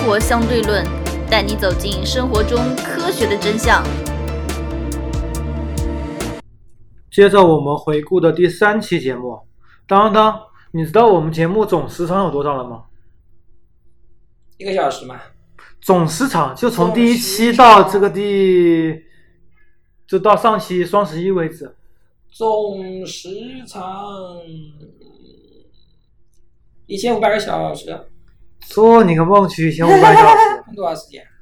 活相对论，带你走进生活中科学的真相。 接着我们回顾的第3期节目，当，你知道我们节目总时长有多少了吗 ？1个小时嘛。 总时长就从第1期到这个就到上期双11为止。 总时长1500个小时。 做你个梦去1500小时。 多少时间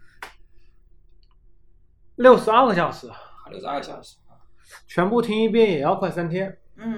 ？62个小时。 62个小时。 全部听一遍也要快3天。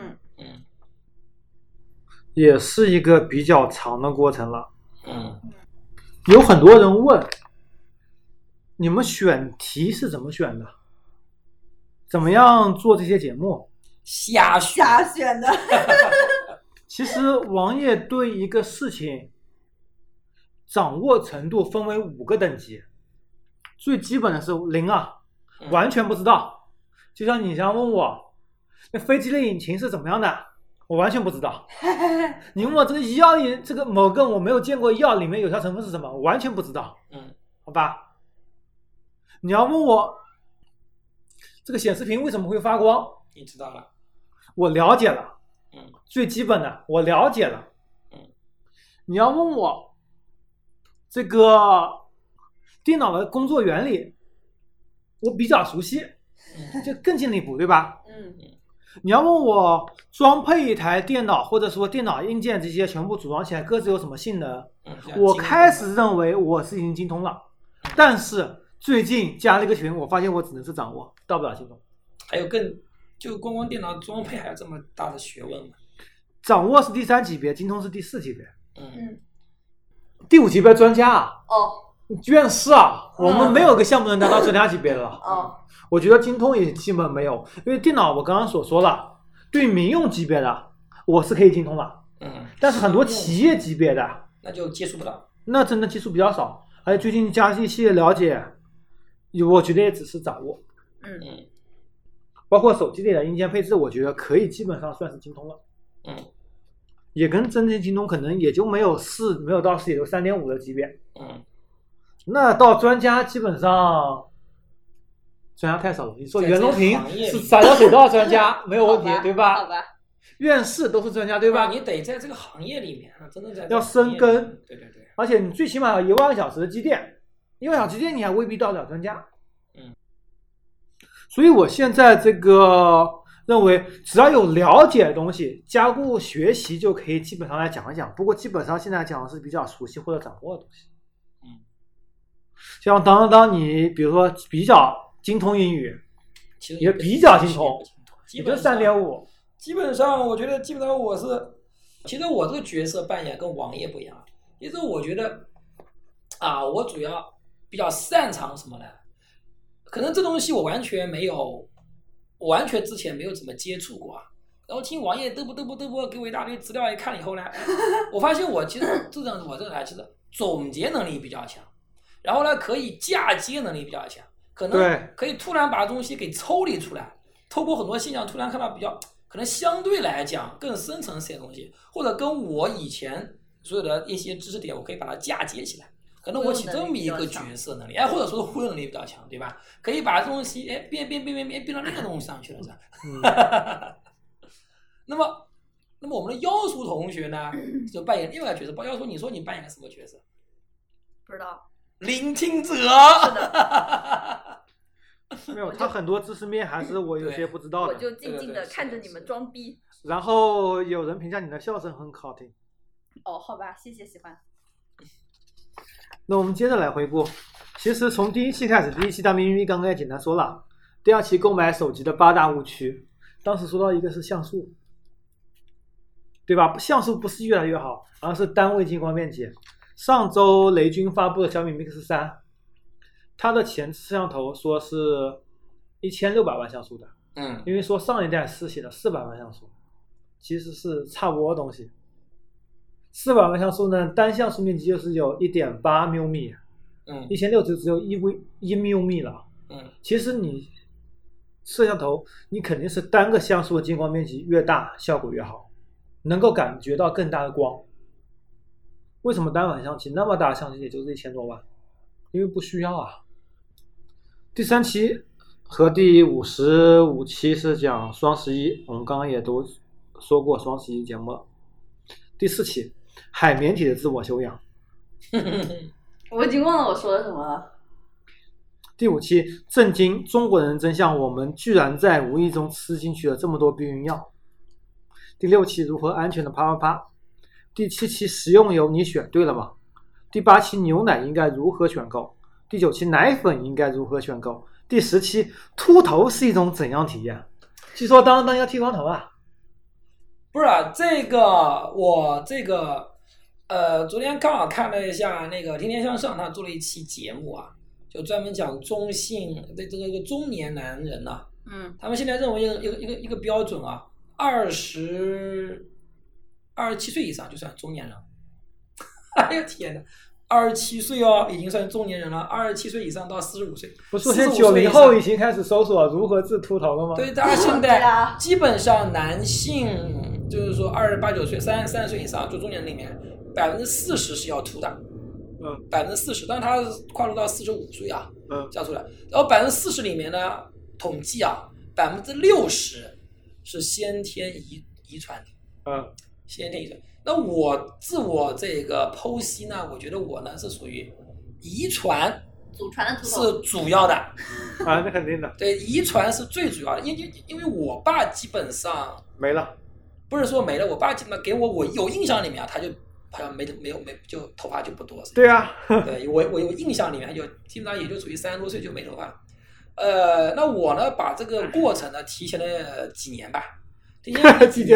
也是一个比较长的过程了。有很多人问，你们选题是怎么选的？怎么样做这些节目？ 瞎选的。 其实王爷对一个事情掌握程度分为5个等级，最基本的是0啊，完全不知道。就像你想问我，那飞机的引擎是怎么样的，我完全不知道。你问我这个医药里这个某个我没有见过药里面有效成分是什么，我完全不知道。好吧。你要问我这个显示屏为什么会发光， 你知道了， 我了解了。最基本的我了解了。你要问我这个电脑的工作原理，我比较熟悉，就更进一步，对吧？你要问我装配一台电脑或者说电脑硬件这些全部组装起来各自有什么性能，我开始认为我是已经精通了，但是最近加了一个群，我发现我只能是掌握，到不了精通。 还有就光电脑装配还有这么大的学问吗？ 掌握是第3级别，精通是第4级别。第5级别专家啊，院士啊，我们没有个项目能达到专家级别的了。我觉得精通也基本没有，因为电脑我刚刚所说了，对民用级别的我是可以精通了。但是很多企业级别的那就接触不到， 那真的技术比较少，而且最近加一些了解，我觉得也只是掌握。包括手机里的硬件配置，我觉得可以基本上算是精通了。也跟真正精通可能也就没有到4，也就3.5的级别。那到专家基本上专家太少了。你说袁隆平是洒脚水稻专家没有问题，对吧？ 好吧。 院士都是专家，对吧？ 你得在这个行业里面，真的在要深耕。 对。 而且你最起码要1万小时的积淀，1万小时积淀你还未必到了专家。所以我现在这个认为，只要有了解的东西，加固学习就可以基本上来讲一讲。不过基本上现在讲的是比较熟悉或者掌握的东西。像当你比如说比较精通英语，也比较精通，也就3.5。 基本上我觉得其实我这个角色扮演跟王爷不一样。其实我觉得我主要比较擅长什么呢？可能这东西我完全之前没有怎么接触过啊。然后听王爷嘚啵给我一大堆资料，一看了以后呢，我发现我其实我这个人其实总结能力比较强，然后呢可以嫁接能力比较强，可能可以突然把东西给抽离出来，透过很多现象突然看到比较可能相对来讲更深层次的东西，或者跟我以前所有的一些知识点我可以把它嫁接起来。可能我起这么一个角色能力，或者说是忽悠能力比较强，对吧？可以把这东西变到那个东西上去了，是吧？那么我们的妖叔同学呢，就扮演另外一个角色。妖叔，你说你扮演什么角色？ 不知道。 聆听者。 是的。 没有，他很多知识面还是我有些不知道的。 我就静静的看着你们装逼。 然后有人评价你的笑声很好听。 好吧，谢谢喜欢。 那我们接着来回顾，其实从第1期开始，第1期大秘密刚刚也简单说了，第2期购买手机的8大误区，当时说到一个是像素，对吧？像素不是越来越好，而是单位进光面积。上周雷军发布的小米 Mix 3，它的前置摄像头说是1600万像素的，因为说上一代是写的400万像素，其实是差不多的东西。400万像素呢，单像素面积就是有 1.8 缪米，1600就只有1缪米了。其实你摄像头你肯定是单个像素的进光面积越大效果越好，能够感觉到更大的光。 为什么单反相机那么大的相机也就是1000多万？因为不需要啊。第3期和第55期是讲双11，我们刚刚也都说过双11节目了。第4期海绵体的自我修养。 我已经忘了我说了什么了。 第5期震惊中国人真相，我们居然在无意中吃进去了这么多避孕药。第6期如何安全的啪啪啪。第7期食用油你选对了吗？第8期牛奶应该如何选购。第9期奶粉应该如何选购。第10期秃头是一种怎样体验？据说当要剃光头啊。 不是啊，我昨天刚好看了一下那个《天天向上》，他做了一期节目啊，就专门讲中性的这个中年男人呐、他们现在认为一个标准啊，27岁以上就算中年人。哎呀天哪！27岁哦，已经算中年人了。27岁以上到45岁， 不是现在90后已经开始搜索如何治秃头了吗？ 对，大家现在基本上男性就是说28、9岁、30岁以上，就中年人里面40%是要秃的，40%，但是他跨入到45岁啊，这样出来，然后40%里面呢，统计啊，60%是先天遗传的，先天遗传。那我自我这个剖析呢，我觉得我呢是属于遗传， 祖传的秃头是主要的啊，那肯定的。 对，遗传是最主要的，因为我爸基本上没了， 不是说没了，我爸基本上给我有印象里面啊，他就好像没就头发就不多。 对啊， 对我有印象里面就基本上也就属于30多岁就没头发。那我呢把这个过程呢提前了几年吧，提前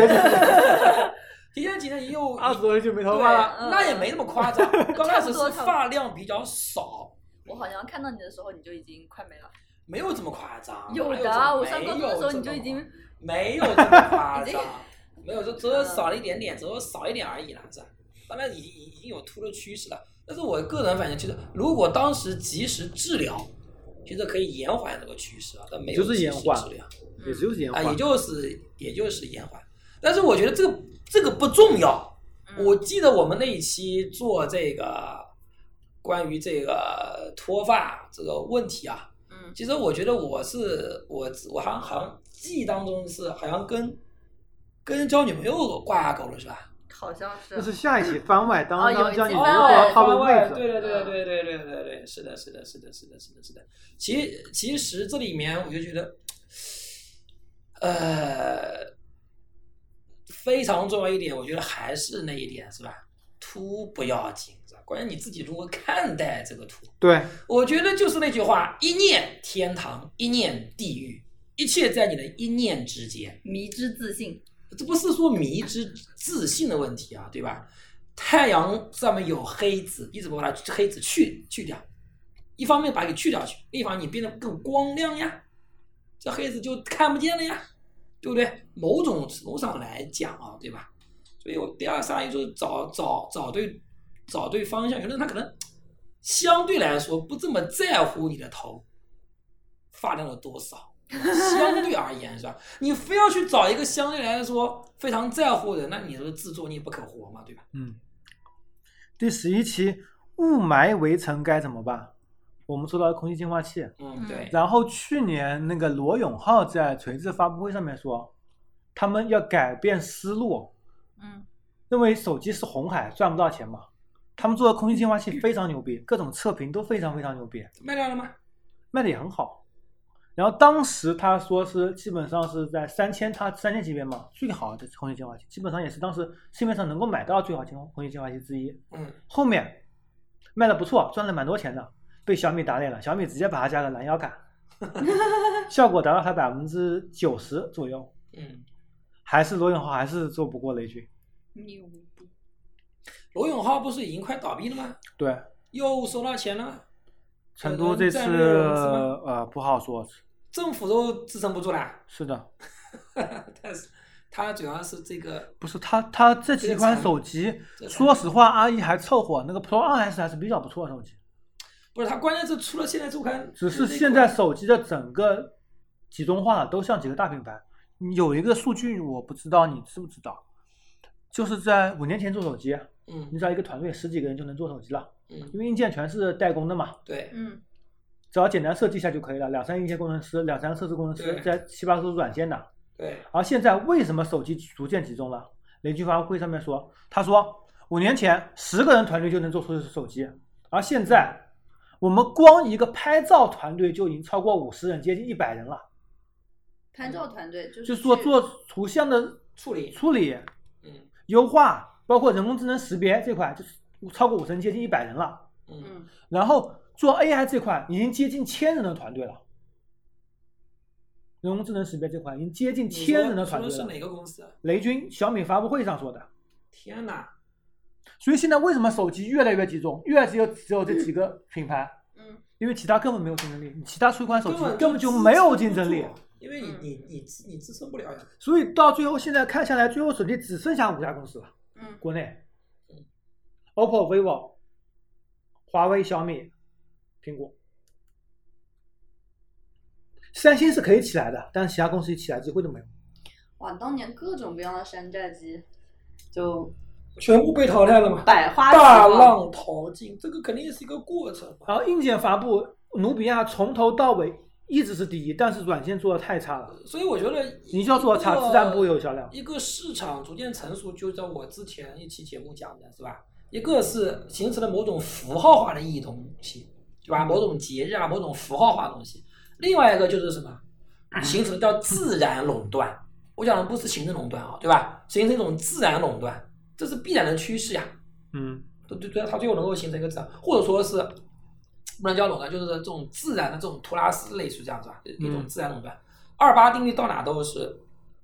几年也有 20多岁就没头发了， 那也没那么夸张。刚开始是发量比较少， 我好像看到你的时候你就已经快没了。 没有这么夸张。 有的，我上高中的时候你就已经没有这么夸张，没有，只有少了一点点，只有少一点而已了，是吧？当然已经有秃的趋势了，但是我个人反正觉得，如果当时及时治疗，其实可以延缓这个趋势啊，但没有及时治疗， 也就是延缓， 也就是延缓。但是我觉得这个不重要。我记得我们那一期做这个关于这个脱发这个问题啊，其实我觉得我好像记忆当中是好像跟交女朋友挂钩了，是吧？ 好像是。 这是下一期番外，当交女朋友番套路妹子。 对，是的。其实这里面我就觉得，非常重要一点，我觉得还是那一点，是吧？秃不要紧，是吧？关键你自己如何看待这个秃。对，我觉得就是那句话：一念天堂，一念地狱，一切在你的一念之间。 迷之自信， 这不是说迷之自信的问题啊，对吧？太阳上面有黑子，你怎么把它黑子去掉？一方面把它给去掉去，另一方面你变得更光亮呀，这黑子就看不见了呀。对不对？某种程度上来讲啊，对吧？所以我第二上一就是找对方向。有的人他可能相对来说不这么在乎你的头发量有多少，相对而言是吧？你非要去找一个相对来说非常在乎的人，那你这个自作孽不可活嘛，对吧？ 第11期雾霾围城该怎么办？我们说到空气净化器， 对。 然后去年那个罗永浩在锤子发布会上面说，他们要改变思路，认为手机是红海，赚不到钱嘛。他们做的空气净化器非常牛逼，各种测评都非常非常牛逼。 卖掉了吗？ 卖的也很好。然后当时他说是基本上是在3000级别嘛，最好的空气净化器，基本上也是当时市面上能够买到最好空气净化器之一。后面卖的不错，赚了蛮多钱的。被小米打脸了，小米直接把它加个拦腰杆，效果达到它90%左右。还是罗永浩还是做不过雷军。 罗永浩不是已经快倒闭了吗？ 对， 又收到钱了。 成都这次不好说， 政府都支撑不住了。 是的， 但是它主要是这个不是它这几款手机，说实话阿姨还凑合，那个 Pro 2S 还是比较不错的手机。 不是，它关键是除了现在这款， 只是现在手机的整个集中化了，都像几个大品牌。有一个数据我不知道你知不知道，就是在5年前做手机， 你只要一个团队10几个人就能做手机了， 嗯因为硬件全是代工的嘛， 对， 只要简单设计一下就可以了，2、3硬件工程师，2、3测试工程师， 对再7、8个做软件的。 对， 而现在为什么手机逐渐集中了？雷军发布会上面说，他说5年前10个人团队就能做出手机，而现在我们光一个拍照团队就已经超过50人，接近100人了。 拍照团队就是说做图像的处理， 优化，包括人工智能识别这块，就是超过50人，接近100人了。然后做 AI 这块已经接近1000人的团队了。人工智能识别这块已经接近1000人的团队了。 说的是哪个公司？ 雷军小米发布会上说的。 天哪！ 所以现在为什么手机越来越集中，只有这几个品牌？因为其他根本没有竞争力，你其他出一款手机根本就没有竞争力。 因为你支撑不了呀。 所以到最后现在看下来，最后手机只剩下5家公司了。国内，OPPO、vivo、华为、小米、苹果。三星是可以起来的，但是其他公司起来机会都没有。 哇，当年各种各样的山寨机就全部被淘汰了嘛， 百花大浪淘尽，这个肯定是一个过程。 然后硬件发布，努比亚从头到尾一直是第一，但是软件做的太差了。 所以我觉得你就要做差，自然不会有销量。 一个市场逐渐成熟，就在我之前一期节目讲的是吧？一个是形成了某种符号化的意义东西，对吧？某种节日啊，某种符号化的东西。另外一个就是什么？形成叫自然垄断。我讲的不是行政垄断啊，对吧？形成一种自然垄断，这是必然的趋势呀。对，它最后能够形成一个自然，或者说是不能叫垄断，就是这种自然的这种图拉斯类似这样子吧，一种自然垄断。28定律到哪都是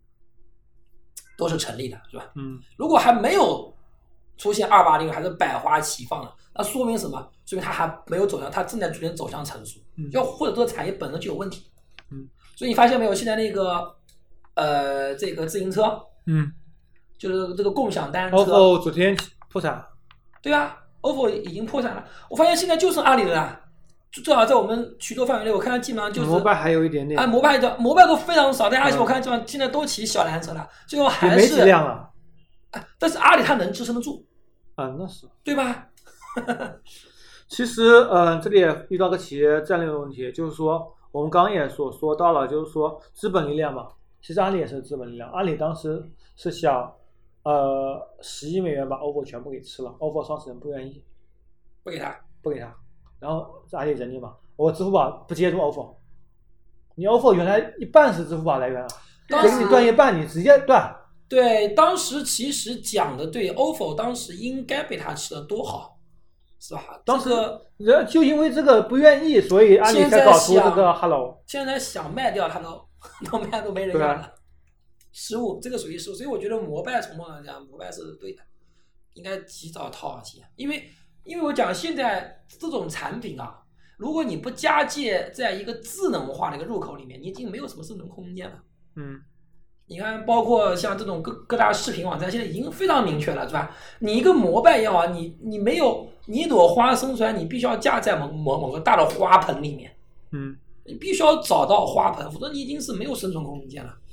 成立的，是吧？如果还没有出现28定律，还是百花齐放的，那说明什么？说明它还没有走向，它正在逐渐走向成熟。或者这个产业本身就有问题。所以你发现没有？现在那个这个自行车，就是这个共享单车 ，OPPO 昨天破产。 对啊 ，OPPO 已经破产了。我发现现在就剩阿里了啦。最好在我们衢州范围内，我看基本上就是摩拜还有一点点， 摩拜都非常少，但而且我看基本上现在都骑小蓝车了，最后还是没几辆了。 但是阿里它能支撑得住， 那是对吧？ 其实这里也遇到个企业战略问题，就是说我们刚刚也说到了，就是说资本力量嘛。其实阿里也是资本力量，阿里当时是想10亿美元把 OPPO 全部给吃了 ，OPPO 创始人不愿意， 不给他。 然后阿里人力嘛，我支付宝不接入 OPPO， 你 OPPO 原来一半是支付宝来源啊，给你断一半，你直接断。 对，当时其实讲的对 ，OPPO 当时应该被他吃的多好，是吧？ 当时就因为这个不愿意，所以阿里才搞出这个 Hello。 现在想卖掉它都没人要了，失误，这个属于失误。所以我觉得摩拜从某种讲，摩拜是对的，应该及早套上去，因为我讲现在这种产品啊，如果你不加介在一个智能化的一个入口里面，你已经没有什么生存空间了。你看，包括像这种各大视频网站，现在已经非常明确了，是吧？你一个摩拜也好，你没有你一朵花生出来，你必须要架在某个大的花盆里面。你必须要找到花盆，否则你已经是没有生存空间了。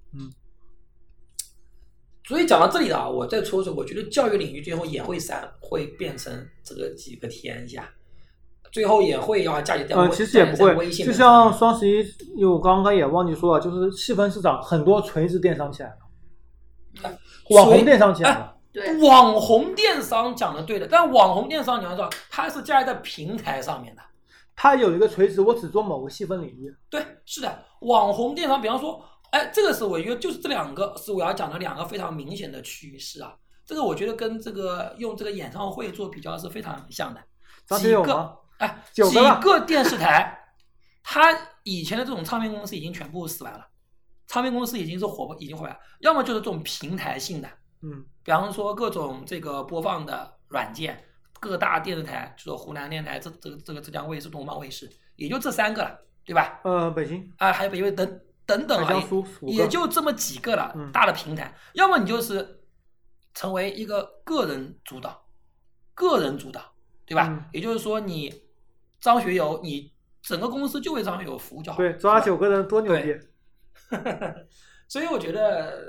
所以讲到这里啊，我再说说，我觉得教育领域最后也会变成这个几个天下，最后也会要嫁接在其实也不会，就像双11，因为我刚刚也忘记说了，就是细分市场很多垂直电商起来了，网红电商起来了。 对，网红电商讲的对的，但网红电商你要知道，它是架在平台上面的。 它有一个垂直，我只做某个细分领域。 对，是的，网红电商，比方说，这个是我觉得就是这两个是我要讲的两个非常明显的趋势啊。这个我觉得跟这个用这个演唱会做比较是非常像的。几个电视台，它以前的这种唱片公司已经全部死完了，唱片公司已经火完了，要么就是这种平台性的，比方说各种这个播放的软件。各大电视台，就是湖南电台、这个浙江卫视、东方卫视，也就这3个了，对吧？ 北京还有北京等等啊，也就这么几个了。大的平台，要么你就是成为一个个人主导，对吧？也就是说，你张学友，你整个公司就为张学友服务就好。 对，抓9个人多牛逼。 所以我觉得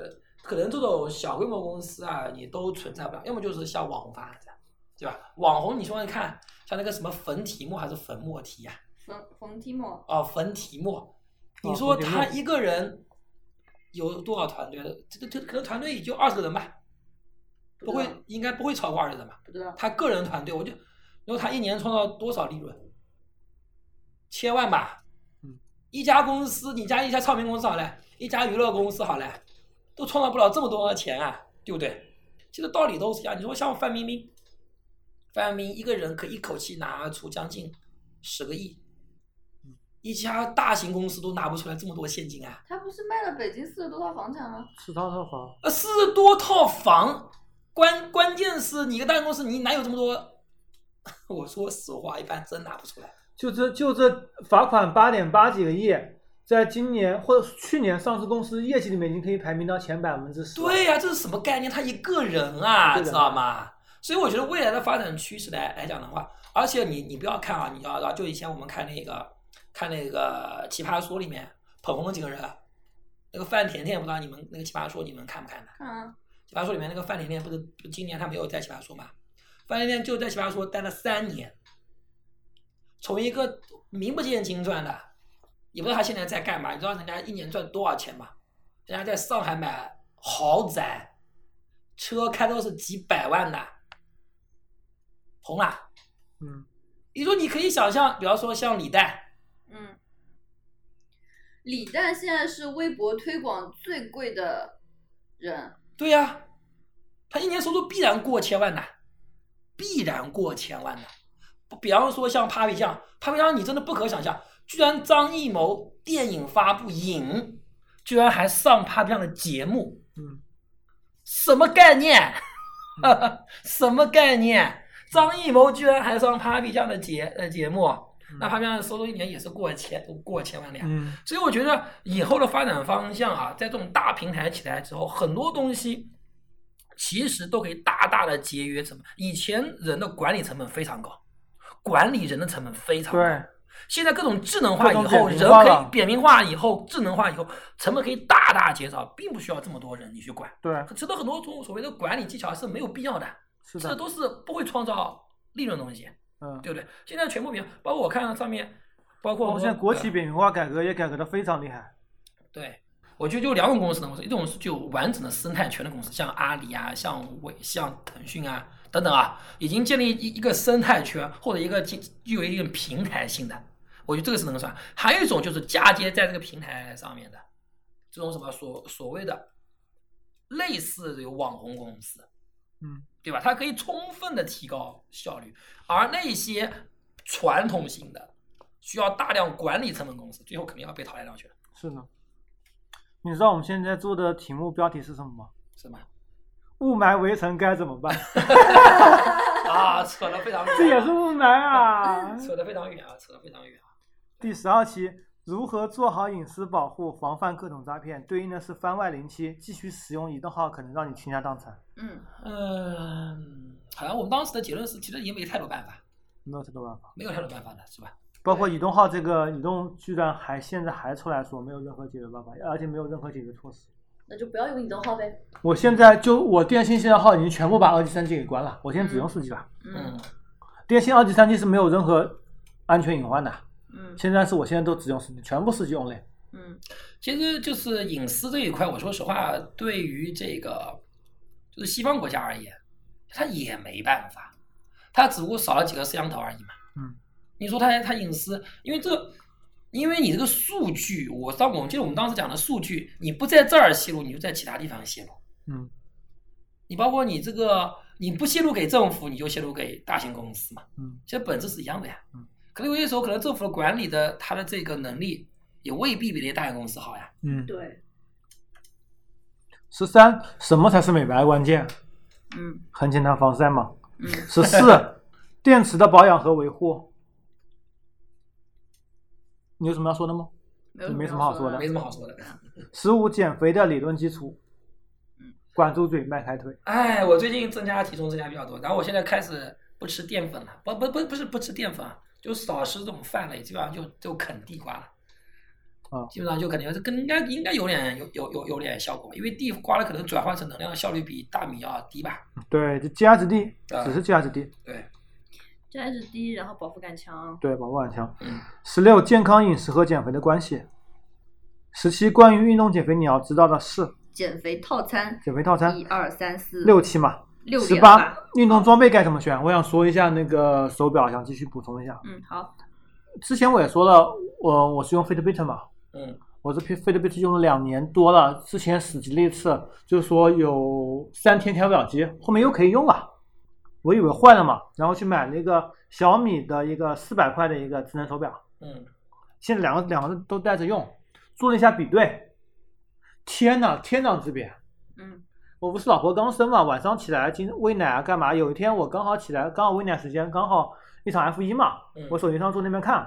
可能这种小规模公司啊，你都存在不了，要么就是像网红发展这样，对吧？网红你说说看，像那个什么冯提莫还是冯莫提呀？ 冯提莫。 哦，冯提莫，你说他一个人有多少团队？这可能团队也就20个人吧，应该不会超过20人吧？ 不知道。 他个人团队，然后他一年创造多少利润？千万吧。一家公司，你加一家唱片公司好了，一家娱乐公司好了，都创造不了这么多的钱啊，对不对？其实道理都是一样。你说像范冰冰一个人可以一口气拿出将近10个亿，一家大型公司都拿不出来这么多现金啊。 他不是卖了北京40多套房产吗 ？40套房。 40多套房，关键是你一个大型公司，你哪有这么多？我说实话，一般真拿不出来。 就这罚款8.8几个亿，在今年或者去年上市公司业绩里面已经可以排名到前10%。 对呀，这是什么概念？他一个人啊，知道吗？所以我觉得未来的发展趋势来讲的话，而且你不要看啊，你知道就以前我们看那个奇葩说里面捧红了几个人，那个范甜甜，不知道你们那个奇葩说你们看不看的？奇葩说里面那个范甜甜不是今年他没有在奇葩说嘛？范甜甜就在奇葩说待了3年。从一个名不见经传的，也不知道他现在在干嘛。你知道人家一年赚多少钱吗？人家在上海买豪宅，车开都是几百万的，红了。你说你可以想象，比方说像李诞， 李诞现在是微博推广最贵的人。 对呀，他一年收入必然过千万的，必然过千万的。比方说像 Papi 酱你真的不可想象，居然张艺谋电影发布影，居然还上 Papi 酱的节目，什么概念？什么概念？张艺谋居然还上 Papi 酱的节目，那 Papi 酱的收入一年也是过千万的呀。所以我觉得以后的发展方向啊，在这种大平台起来之后，很多东西其实都可以大大的节约成本。以前人的管理成本非常高。管理人的成本非常高，现在各种智能化以后，人可以扁平化以后，智能化以后，成本可以大大减少，并不需要这么多人你去管。 对， 其实很多种所谓的管理技巧是没有必要的，这都是不会创造利润的东西，对不对？现在全部扁，包括我看上面，包括现在国企扁平化改革也改革的非常厉害。 对，我觉得就2种公司的公司，一种是就完整的生态圈的公司，像阿里啊，像腾讯啊。等等啊，已经建立一个生态圈或者一个具有一定平台性的，我觉得这个是能算。还有一种就是嫁接在这个平台上面的，这种什么所谓的类似于网红公司，对吧？它可以充分的提高效率，而那些传统型的需要大量管理成本公司，最后肯定要被淘汰掉去了。 是的，你知道我们现在做的题目标题是什么吗？ 什么？ 雾霾围城该怎么办？ 啊，扯得非常远， 这也是雾霾啊！ 扯得非常远啊！ 第12期，如何做好隐私保护，防范各种诈骗？对应的是番外07，继续使用移动号可能让你倾家荡产。 好像我们当时的结论是，其实也没太多办法， 没有太多办法的，是吧？ 包括移动号这个移动居然现在还出来说没有任何解决办法，而且没有任何解决措施。 那就不要用移动号呗。 我现在我电信现在号已经全部把2G 3G 给关了，我现在只用4G 了。电信2G 3G 是没有任何安全隐患的。现在我现在都只用4G，全部4G only。 其实就是隐私这一块，我说实话，对于这个就是西方国家而言，他也没办法，他只不过少了几个摄像头而已嘛。你说他隐私，因为你这个数据，我记得我们当时讲的数据，你不在这儿泄露，你就在其他地方泄露。你包括你这个，你不泄露给政府，你就泄露给大型公司嘛。其实本质是一样的呀。可能有些时候，可能政府的管理的他的这个能力也未必比那些大型公司好呀。 对。 13，什么才是美白关键？很简单，防晒嘛。14，电池的保养和维护。你有什么要说的吗？没什么好说的。15，减肥的理论基础。管住嘴，迈开腿。 我最近体重增加比较多，然后我现在开始不吃淀粉了，不是不吃淀粉，就少吃这种饭类，基本上就啃地瓜了。 基本上就可能跟应该有点效果，因为地刮了可能转换成能量的效率比大米要低吧。 对，就积压值低，只是积压值低。 对， 积压值低，然后饱腹感强。 对，饱腹感强。16健康饮食和减肥的关系。17关于运动减肥你要知道的事。 减肥套餐。 1、2、3、 4、 6期嘛。18运动装备该怎么选？我想说一下那个手表，想继续补充一下。 好。 之前我也说了，我是用 Fitbit 嘛。我这 Fitbit 用了2年多了，之前死机了一次，就是说有3天开不了机，后面又可以用了。我以为坏了嘛，然后去买那个小米的一个400块的一个智能手表。现在两个都带着用，做了一下比对，天哪，天壤之别。我不是老婆刚生嘛，晚上起来喂奶啊干嘛？有一天我刚好起来，刚好喂奶时间，刚好一场 F1 嘛，我手机上坐那边看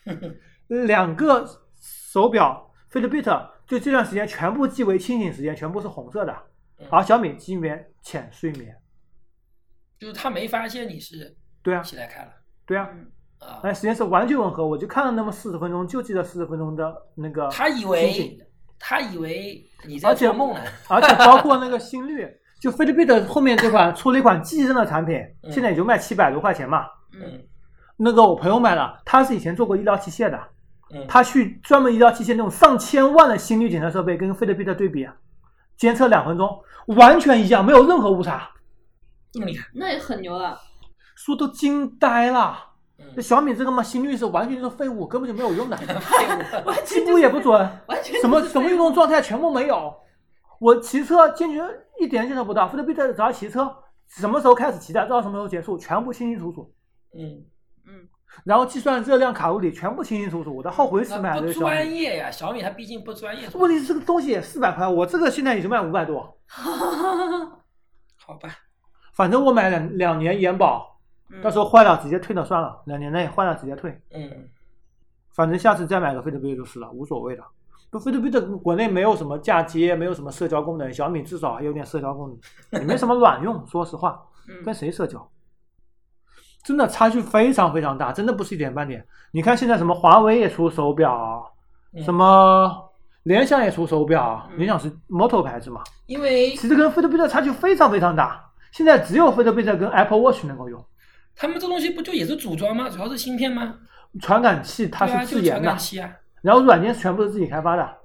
，2个手表 Fitbit 就这段时间全部记为清醒时间，全部是红色的，而小米记为浅睡眠， 就是他没发现你是起来看了， 对啊，时间是完全吻合，我就看了那么40分钟，就记得40分钟的那个他以为你在做梦呢， 而且包括那个心率，就 Fitbit 后面这款出了一款计针的产品，现在也就卖700多块钱嘛。那个我朋友买了，他是以前做过医疗器械的，他去专门医疗器械那种上千万的心率检测设备跟 Fitbit 对比，监测2分钟，完全一样，没有任何误差。 这么厉害？ 那也很牛了， 说都惊呆了。这小米这个嘛，心率是完全就是废物，根本就没有用的，计步也不准，什么运动状态全部没有。我骑车坚决一点监测不到 ，Fitbit 只要骑车，什么时候开始骑的，到什么时候结束，全部清清楚楚。然后计算热量卡路里，全部清清楚楚。我的后悔死买的不专业呀，小米它毕竟不专业。 问题是这个东西也400块，我这个现在也就卖500多。 好吧， 反正我买两年延保。到时候坏了直接退了算了，2年内坏了直接退。反正下次再买个 Fitbit 就是了，无所谓的。Fitbit 国内没有什么嫁接，没有什么社交功能，小米至少还有点社交功能，也没什么卵用。说实话，跟谁社交？真的差距非常非常大，真的不是一点半点。你看现在什么华为也出手表，什么联想也出手表，联想是 Moto 牌子嘛， 因为其实跟 Fitbit 差距非常非常大。现在只有 Fitbit 跟 Apple Watch 能够用。 他们这东西不就也是组装吗？主要是芯片吗？ 传感器它是自研的， 啊， 然后软件全部是自己开发的。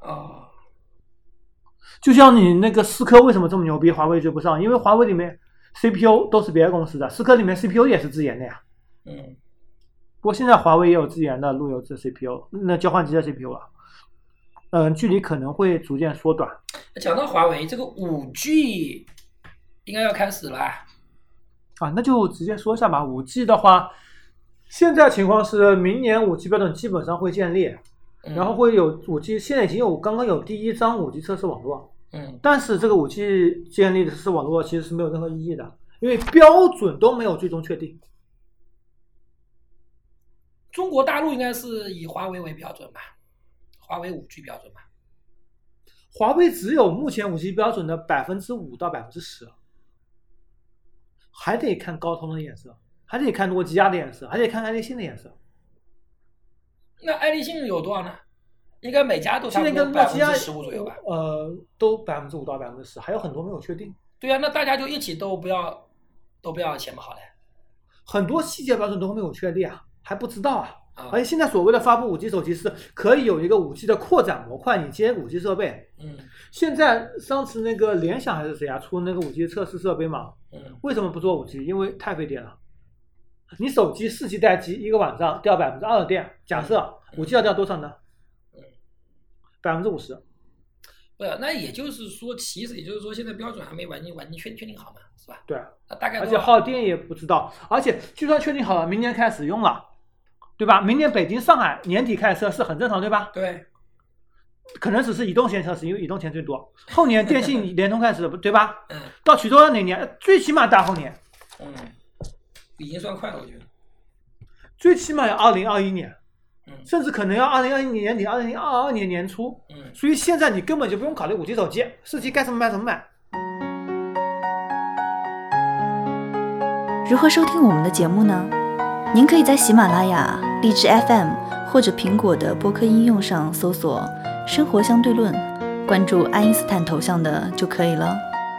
就像你那个思科为什么这么牛逼，华为追不上？因为华为里面 CPU 都是别的公司的，思科里面 CPU 也是自研的呀。不过现在华为也有自研的路由器 CPU， 那交换机的 CPU 了。距离可能会逐渐缩短。 讲到华为，这个5G 应该要开始了。 那就直接说一下吧。5G 的话，现在情况是明年5G 标准基本上会建立，然后会有5G，现在已经刚刚有第一张5G 测试网络。但是这个5G 建立的测试网络其实是没有任何意义的，因为标准都没有最终确定。 中国大陆应该是以华为为标准吧，华为5G 标准吧。 华为只有目前5G 标准的5%到10%。还得看高通的颜色，还得看诺基亚的颜色，还得看爱立信的颜色。 那爱立信有多少呢？应该每家都差不多15%左右吧。 都5%到10%，还有很多没有确定。 对啊，那大家就一起都不要钱嘛，好嘞。 很多细节标准都没有确立啊，还不知道啊。而且现在所谓的发布5G 手机是可以有一个5G 的扩展模块，你接 5G 设备。现在上次那个联想还是谁啊出那个5G 测试设备嘛？为什么不做5G？因为太费电了。你手机4G 待机一个晚上掉2%的电，假设5G 要掉多少呢？50%。 那也就是说，其实也就是说，现在标准还没完全确定好嘛，是吧？ 对。 那大概而且耗电也不知道，而且就算确定好了，明年开始用了。对吧？明年北京、上海年底开始测试很正常，对吧？ 对， 可能只是移动先测试，因为移动钱最多。后年电信、联通开始，对吧？到衢州要哪年？最起码大后年。 已经算快了，我觉得。 最起码要2021年，甚至可能要2021年年底、2022年年初。所以现在你根本就不用考虑5G 手机，4G 该怎么买怎么买。 如何收听我们的节目呢？您可以在喜马拉雅、荔枝 FM 或者苹果的播客应用上搜索生活相对论，关注爱因斯坦头像的就可以了。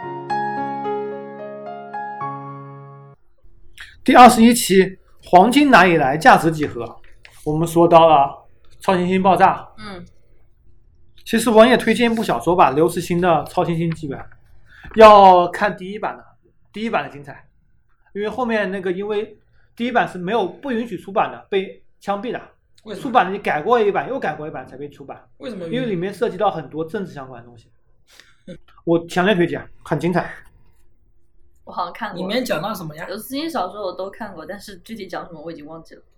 第21期黄金哪里来价值几何，我们说到了超新星爆炸。其实王爷推荐一部小说吧，刘慈欣的《超新星纪元》，要看第一版的精彩，因为后面那个因为第一版是不允许出版的，被枪毙的。 为什么？ 出版的你改过一版又改过一版才被出版。 为什么？ 因为里面涉及到很多政治相关的东西。我强烈推荐，很精彩。 我好像看过。 里面讲到什么呀？ 刘慈欣小说我都看过，但是具体讲什么我已经忘记了。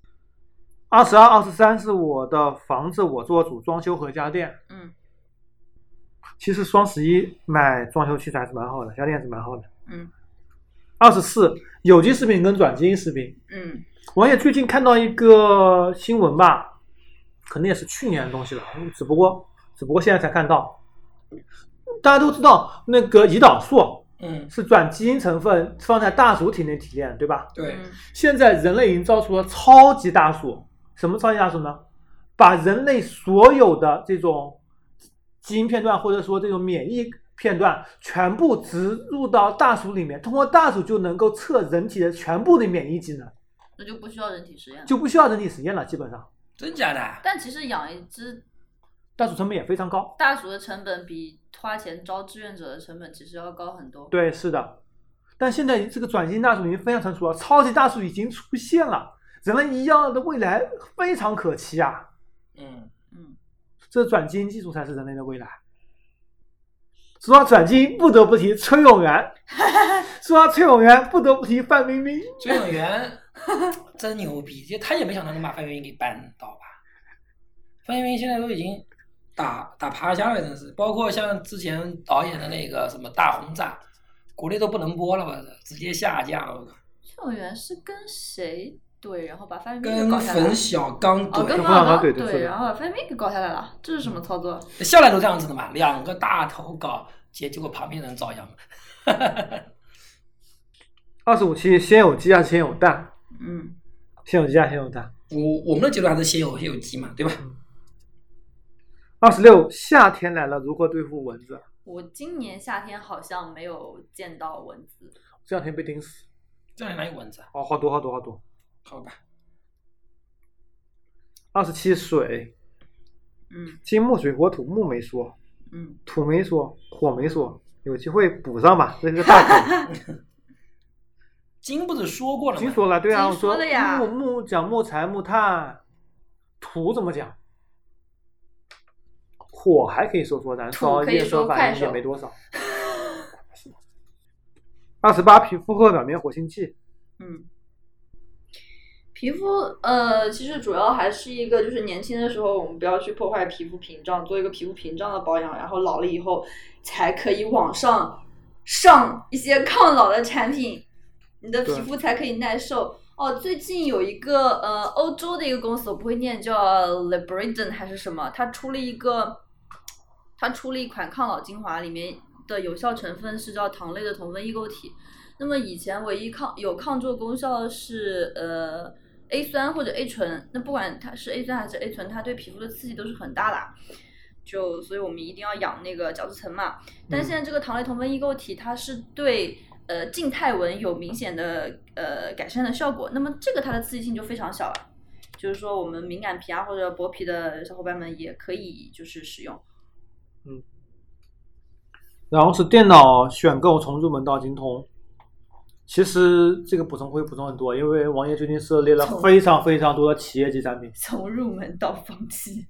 22、23是我的房子，我做主，装修和家电。其实双11买装修器材是蛮好的，家电是蛮好的。24有机食品跟转基因食品。王爷最近看到一个新闻吧，可能也是去年的东西了，只不过现在才看到。大家都知道那个胰岛素，是转基因成分放在大鼠体内提炼，对吧？ 对。 现在人类已经造出了超级大鼠。什么超级大鼠呢？把人类所有的这种基因片段或者说这种免疫片段全部植入到大鼠里面，通过大鼠就能够测人体的全部的免疫机能， 那就不需要人体实验了。 就不需要人体实验了，基本上。 真假的？ 但其实养一只大鼠成本也非常高， 大鼠的成本比花钱招志愿者的成本其实要高很多。 对，是的。但现在这个转基因大鼠已经非常成熟了，超级大鼠已经出现了，人类医药的未来非常可期啊！这转基因技术才是人类的未来。说到转基因，不得不提崔永元。说到崔永元，不得不提范冰冰。 崔永元真牛逼，他也没想到能把范冰冰给扳倒吧？范冰冰现在都已经打趴下了，真是。包括像之前导演的那个什么大轰炸，国内都不能播了吧，直接下架了。 崔永元是跟谁对，然后把范冰冰跟搞下来？ 冯小刚对， 跟冯小刚对，然后把范冰冰给搞下来了，这是什么操作？ 向来都这样子的嘛，两个大头搞，结果旁边人照样。25 期先有鸡还是先有蛋？先有鸡还是先有蛋？ 我们的结论还是先有鸡嘛，对吧 ？26夏天来了，如何对付蚊子？ 我今年夏天好像没有见到蚊子， 这两天被叮死。 这两天哪有蚊子啊？ 好多。 好吧。 27水。金木水火土，木没说，土没说，火没说，有机会补上吧，这是个大坑。 金不是说过了吗？ 金说了，对啊，我说木讲木材、木炭，土怎么讲？火还可以说燃烧，夜色反应也没多少。28皮肤和表面活性剂。 皮肤其实主要还是一个就是年轻的时候我们不要去破坏皮肤屏障，做一个皮肤屏障的保养，然后老了以后才可以往上一些抗老的产品，你的皮肤才可以耐受。最近有一个欧洲的一个公司，我不会念，叫 Libridon 还是什么，它出了一款抗老精华，里面的有效成分是叫糖类的同分异构体。那么以前唯一有抗皱功效的是A 酸或者 A 醇，那不管它是 A 酸还是 A 醇，它对皮肤的刺激都是很大的。所以我们一定要养那个角质层嘛。但是现在这个糖类同分异构体，它是对静态纹有明显的改善的效果。那么这个它的刺激性就非常小了，就是说我们敏感皮或者薄皮的小伙伴们也可以就是使用。 然后是电脑选购从入门到精通。其实这个补充会补充很多，因为王爷最近涉猎了非常非常多的企业级产品， 从入门到放弃。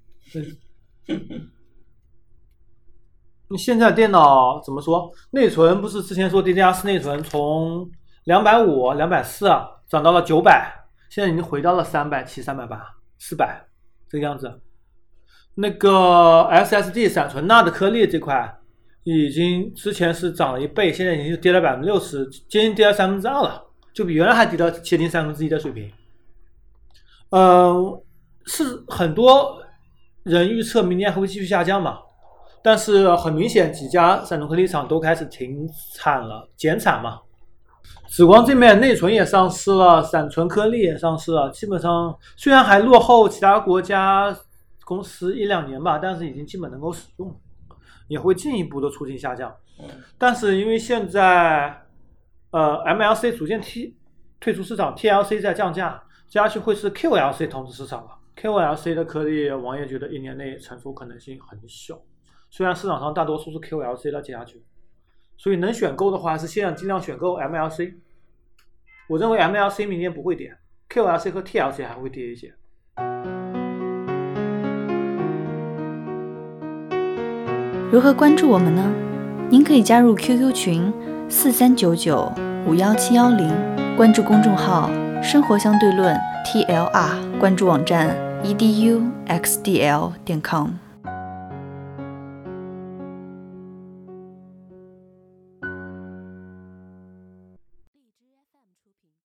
你现在电脑怎么说？内存不是之前说 DDR4 内存从250、240涨到了900，现在已经回到了370、380、400这个样子。那个 SSD 闪存钠的颗粒这块已经之前是涨了1倍，现在已经跌了60%，接近跌了2/3了，就比原来还跌到接近1/3的水平。是很多人预测明年还会继续下降嘛，但是很明显几家闪存颗粒厂都开始停产了，减产嘛。紫光这面内存也上市了，闪存颗粒也上市了，基本上虽然还落后其他国家公司1-2年吧，但是已经基本能够使用了，也会进一步的促进下降。但是因为现在MLC 逐渐退出市场 ，TLC 在降价，接下去会是 QLC 统治市场了。QLC 的颗粒王爷觉得1年内成熟可能性很小，虽然市场上大多数是 QLC 的接下去，所以能选购的话是现在尽量选购 MLC。我认为 MLC 明年不会跌， QLC 和 TLC 还会跌一些。 如何关注我们呢？您可以加入 QQ 群4399517110，关注公众号生活相对论 TLR， 关注网站eduxdl.com。